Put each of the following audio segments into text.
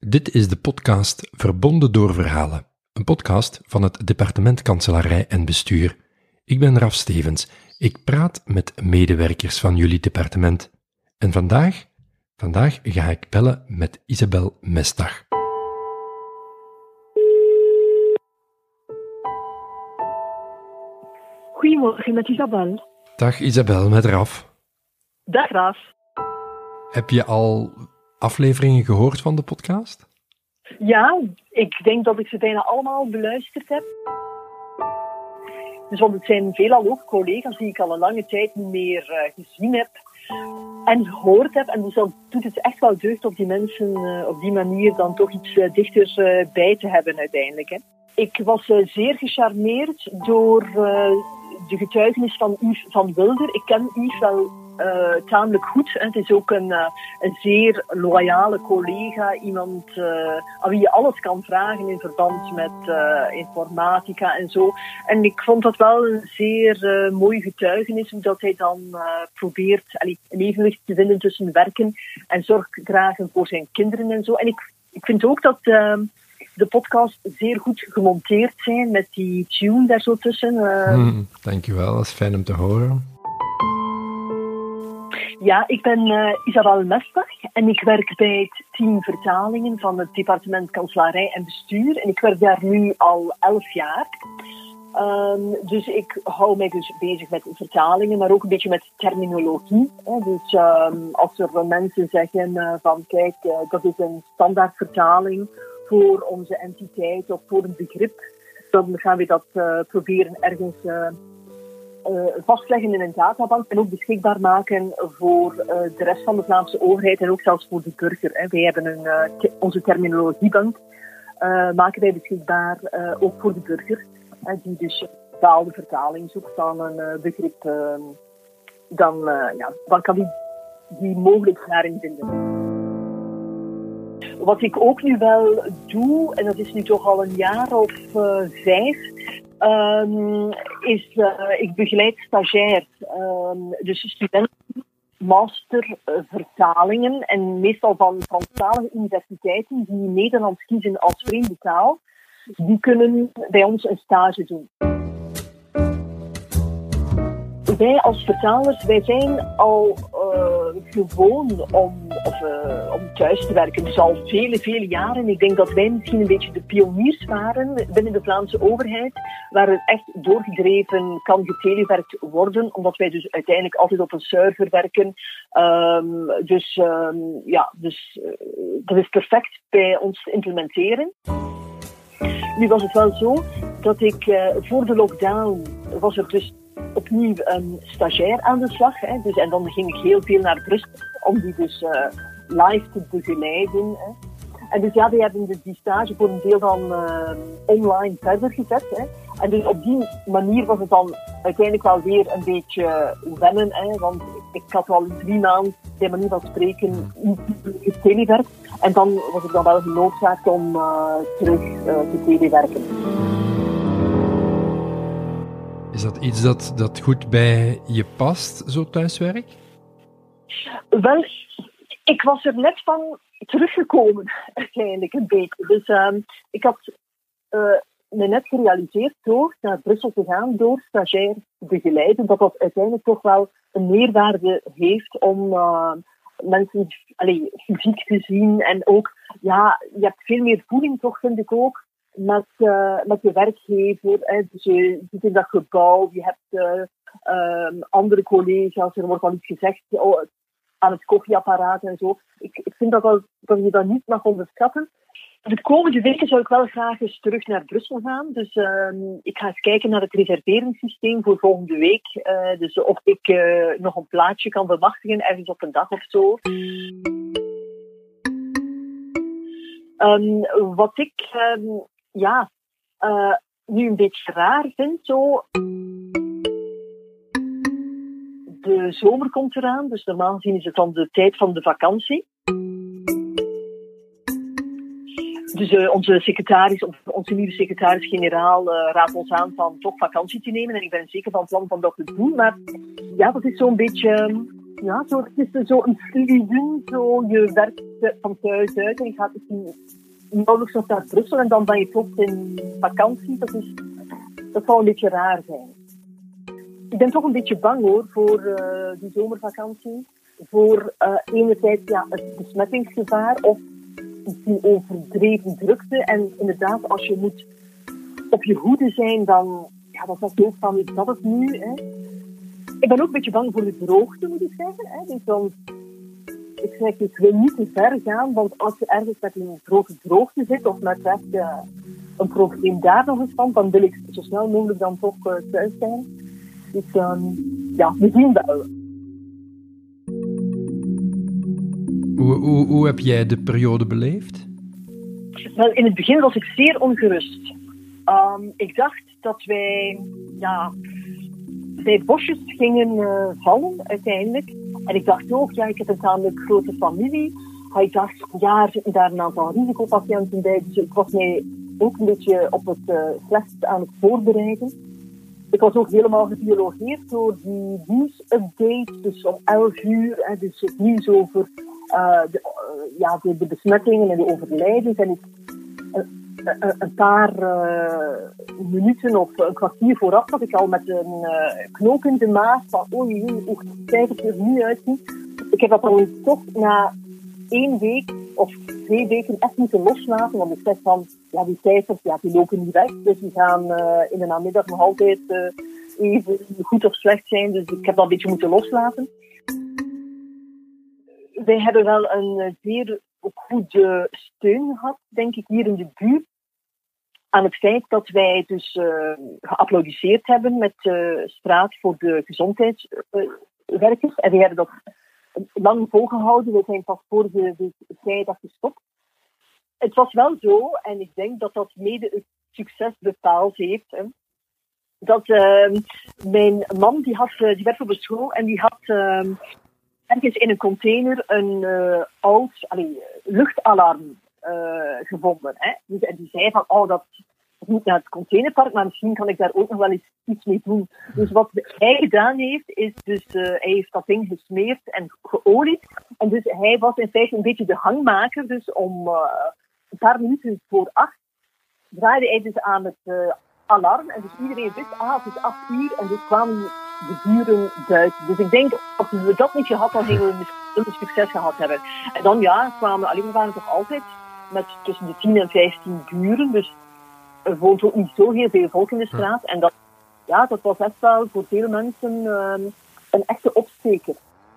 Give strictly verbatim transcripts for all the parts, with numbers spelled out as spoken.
Dit is de podcast Verbonden door Verhalen, een podcast van het departement Kanselarij en Bestuur. Ik ben Raf Stevens. Ik praat met medewerkers van jullie departement. En vandaag, vandaag ga ik bellen met Isabel Mestdag. Goedemorgen, met Isabel. Dag Isabel, met Raf. Dag Raf. Heb je al afleveringen gehoord van de podcast? Ja, ik denk dat ik ze bijna allemaal beluisterd heb. Dus want het zijn veelal ook collega's die ik al een lange tijd niet meer uh, gezien heb en gehoord heb. En dus dan doet het echt wel deugd om die mensen uh, op die manier dan toch iets uh, dichter uh, bij te hebben uiteindelijk. Hè. Ik was uh, zeer gecharmeerd door uh, de getuigenis van Yves van Wilder. Ik ken Yves wel Uh, tamelijk goed. Hè. Het is ook een, uh, een zeer loyale collega, iemand uh, aan wie je alles kan vragen in verband met uh, informatica en zo. En ik vond dat wel een zeer uh, mooi getuigenis, hoe dat hij dan uh, probeert allee, een evenwicht te vinden tussen werken en zorg dragen voor zijn kinderen en zo. En ik, ik vind ook dat uh, de podcast zeer goed gemonteerd zijn met die tune daar zo tussen. Uh, hmm, dankjewel, dat is fijn om te horen. Ja, ik ben uh, Isabel Mestdag en ik werk bij het team vertalingen van het departement Kanselarij en Bestuur. En ik werk daar nu al elf jaar. Um, dus ik hou mij dus bezig met vertalingen, maar ook een beetje met terminologie. Hè. Dus um, als er mensen zeggen uh, van kijk, uh, dat is een standaard vertaling voor onze entiteit of voor een begrip, dan gaan we dat uh, proberen ergens Uh, Uh, vastleggen in een databank en ook beschikbaar maken voor uh, de rest van de Vlaamse overheid en ook zelfs voor de burger. Hè. Wij hebben een, uh, te- onze terminologiebank uh, maken wij beschikbaar uh, ook voor de burger, uh, die dus een bepaalde vertaling zoekt van een uh, begrip. Uh, dan, uh, ja, dan kan die die mogelijk daarin vinden. Wat ik ook nu wel doe, en dat is nu toch al een jaar of uh, vijf, um, is uh, ik begeleid stagiairs, um, dus studenten, master uh, vertalingen en meestal van Franstalige universiteiten die Nederlands kiezen als vreemde taal, die kunnen bij ons een stage doen. Wij als vertalers, wij zijn al uh, gewoon om, of, uh, om thuis te werken. Dus al vele, vele jaren. Ik denk dat wij misschien een beetje de pioniers waren binnen de Vlaamse overheid, waar het echt doorgedreven kan getelewerkt worden, omdat wij dus uiteindelijk altijd op een server werken. Um, dus um, ja, dus, uh, dat is perfect bij ons te implementeren. Nu was het wel zo dat ik uh, voor de lockdown was er dus opnieuw een stagiair aan de slag. Hè. Dus, en dan ging ik heel veel naar Brussel om die dus uh, live te begeleiden. Hè. En dus ja, we hebben dus die stage voor een deel dan uh, online verder gezet. Hè. En dus op die manier was het dan uiteindelijk wel weer een beetje wennen. Hè, want ik had al drie maanden, bij manier van spreken, niet getelewerkt. En dan was ik dan wel genoodzaakt om uh, terug uh, te telewerken. Is dat iets dat, dat goed bij je past, zo thuiswerk? Wel, ik was er net van teruggekomen, uiteindelijk een beetje. Dus um, ik had uh, me net gerealiseerd door naar Brussel te gaan, door stagiair te begeleiden, dat dat uiteindelijk toch wel een meerwaarde heeft om uh, mensen allee, fysiek te zien. En ook, ja, je hebt veel meer voeling toch, vind ik ook, met, uh, met je werkgever. Hè. Dus je zit in dat gebouw, je hebt uh, um, andere collega's, er wordt al iets gezegd oh, aan het koffieapparaat en zo. Ik, ik vind dat, wel, dat je dat niet mag onderschatten. De komende weken zou ik wel graag eens terug naar Brussel gaan. Dus um, ik ga eens kijken naar het reserveringssysteem voor volgende week. Uh, dus of ik uh, nog een plaatsje kan bemachtigen, ergens op een dag of zo. Um, wat ik um, ja, uh, nu een beetje raar vind, zo. De zomer komt eraan, dus normaal gezien is het dan de tijd van de vakantie. Dus uh, onze secretaris, of onze nieuwe secretaris-generaal uh, raadt ons aan van toch vakantie te nemen. En ik ben zeker van plan van dat te doen. Maar ja, dat is zo'n beetje ja, zo, het is zo een fluïde, zo je werkt van thuis uit en je gaat misschien nauwelijks nog naar Brussel en dan ben je plots in vakantie. Dat, is, dat zou een beetje raar zijn. Ik ben toch een beetje bang hoor voor uh, die zomervakantie. Voor uh, enerzijds ja, het besmettingsgevaar of die overdreven drukte. En inderdaad, als je moet op je hoede zijn, dan, ja, dan zeg je ook van, is dat het nu? Hè? Ik ben ook een beetje bang voor de droogte, moet ik zeggen. Hè? Dus dan, ik zeg, ik wil niet te ver gaan, want als je ergens met een grote droogte zit, of met echt uh, een probleem daar nog eens van, dan wil ik zo snel mogelijk dan toch uh, thuis zijn. Dus um, ja, we zien wel. Hoe, hoe, hoe heb jij de periode beleefd? Wel, in het begin was ik zeer ongerust. Um, ik dacht dat wij ja, bij bosjes gingen uh, vallen uiteindelijk. En ik dacht ook, ja, ik heb een tamelijk grote familie. Maar ik dacht, ja, er zitten daar een aantal risicopatiënten bij. Dus ik was mij ook een beetje op het uh, slechtste aan het voorbereiden. Ik was ook helemaal gebiologeerd door die nieuwsupdate. Dus om elf uur, hè, dus het nieuws over uh, de, uh, ja, de, de besmettingen en de overlijdens. En ik, uh, uh, een paar uh, minuten of een kwartier vooraf had ik al met een uh, knoop in de maag van oei, oei, hoe kijkt het er nu uitziet. Ik heb dat dan toch na één week of twee weken echt moeten loslaten, want ik zeg van, ja, die cijfers, ja, die lopen niet weg, dus die gaan uh, in de namiddag nog altijd uh, even goed of slecht zijn, dus ik heb dat een beetje moeten loslaten. Wij hebben wel een zeer goede steun gehad, denk ik, hier in de buurt, aan het feit dat wij dus uh, geapplaudisseerd hebben met uh, straat voor de gezondheidswerkers, uh, en wij hebben dat lang volgehouden. We zijn pas vorige week vrijdag gestopt. Het was wel zo, en ik denk dat dat mede het succes bepaald heeft, hè, dat uh, mijn man, die, had, die werkt op een school en die had uh, ergens in een container een uh, oud allee, luchtalarm uh, gevonden. Hè. Dus, en die zei van, oh, dat moet naar het containerpark, maar misschien kan ik daar ook nog wel eens iets mee doen. Dus wat hij gedaan heeft, is dus, uh, hij heeft dat ding gesmeerd en geolied. En dus hij was in feite een beetje de hangmaker. Dus om uh, een paar minuten voor acht draaide hij dus aan het uh, alarm. En dus iedereen wist, ah, het is acht uur. En dus kwamen de buren buiten. Dus ik denk, als we dat niet gehad, dan gingen we misschien een succes gehad hebben. En dan ja, kwamen, alleen we waren toch altijd met tussen de tien en vijftien buren. Dus er woont ook niet zo heel veel volk in de straat. En dat, ja, dat was echt wel voor veel mensen uh, een echte opsteker.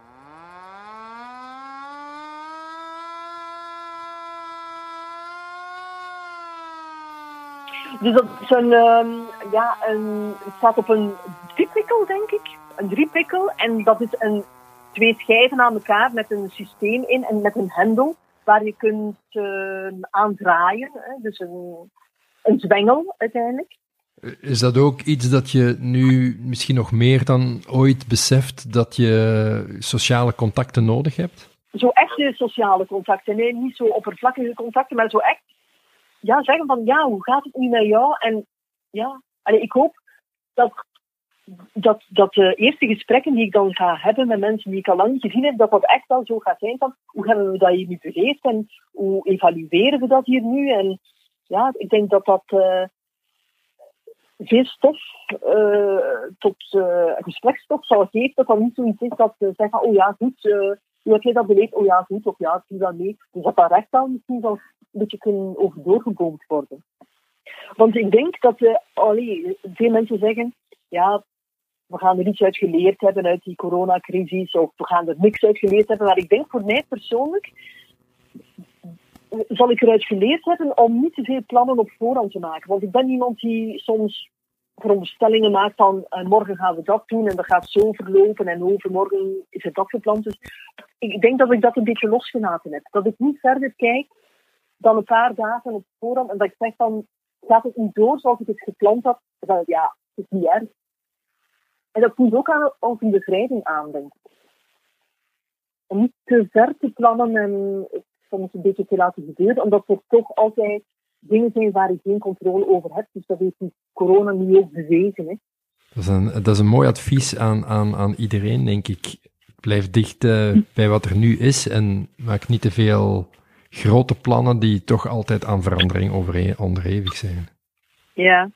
Dus dat is een, um, ja, een, het staat op een driepikkel, denk ik. Een driepikkel. En dat is een, twee schijven aan elkaar met een systeem in en met een hendel waar je kunt uh, aan draaien. Hè. Dus een... Een zwengel, uiteindelijk. Is dat ook iets dat je nu misschien nog meer dan ooit beseft dat je sociale contacten nodig hebt? Zo echte sociale contacten. Nee, niet zo oppervlakkige contacten, maar zo echt ja, zeggen van, ja, hoe gaat het nu met jou? En ja, allee, ik hoop dat, dat, dat de eerste gesprekken die ik dan ga hebben met mensen die ik al lang niet gezien heb, dat dat echt wel zo gaat zijn van, hoe hebben we dat hier nu beleefd en hoe evalueren we dat hier nu? En ja, ik denk dat dat uh, veel stof uh, tot uh, gespreksstof zal geven, dat dat niet zoiets is dat ze zeggen, oh ja, goed, uh, hoe heb je dat beleefd? Oh ja, goed, of ja, doe dat mee. Dus dat dat recht wel misschien zal een beetje kunnen over doorgeboomd worden. Want ik denk dat uh, allee, veel mensen zeggen, ja, we gaan er iets uit geleerd hebben uit die coronacrisis, of we gaan er niks uit geleerd hebben. Maar ik denk voor mij persoonlijk, zal ik eruit geleerd hebben om niet te veel plannen op voorhand te maken. Want ik ben iemand die soms veronderstellingen maakt van uh, morgen gaan we dat doen en dat gaat zo verlopen en overmorgen is er dat gepland. Dus ik denk dat ik dat een beetje losgelaten heb. Dat ik niet verder kijk dan een paar dagen op voorhand en dat ik zeg van, gaat het niet door zoals ik het gepland had? Dan, ja, het is niet erg. En dat voelt ook aan als een bevrijding aan, denk ik. Om niet te ver te plannen en soms een beetje te laten gebeuren, omdat er toch altijd dingen zijn waar je geen controle over hebt. Dus dat heeft die corona nu ook bewezen. Hè. Dat is een, dat is een mooi advies aan, aan, aan iedereen, denk ik. Ik Blijf dicht uh, bij wat er nu is en maak niet te veel grote plannen die toch altijd aan verandering overhe- onderhevig zijn. Ja.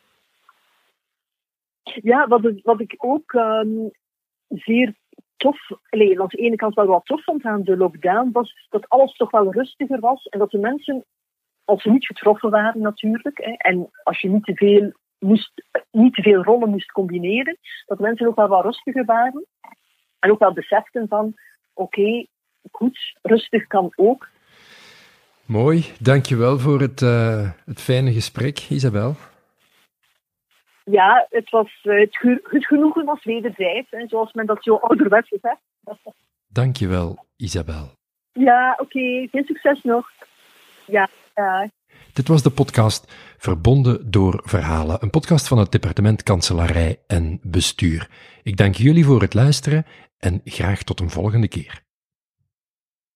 Ja, wat, ik, wat ik ook um, zeer tof, allee, aan de ene kant wel wat tof vond aan de lockdown, was dat alles toch wel rustiger was en dat de mensen, als ze niet getroffen waren natuurlijk, hè, en als je niet te veel moest, niet te veel rollen moest combineren, dat mensen ook wel wat rustiger waren. En ook wel beseften van, oké, okay, goed, rustig kan ook. Mooi, dankjewel voor het, uh, het fijne gesprek, Isabel. Ja, het, was, uh, het, ge- het genoegen was wederzijds, hè, zoals men dat zo ouderwets zegt. Dankjewel, Isabel. Ja, oké, okay, veel succes nog. Ja, uh. Dit was de podcast Verbonden door Verhalen, een podcast van het departement Kanselarij en Bestuur. Ik dank jullie voor het luisteren en graag tot een volgende keer.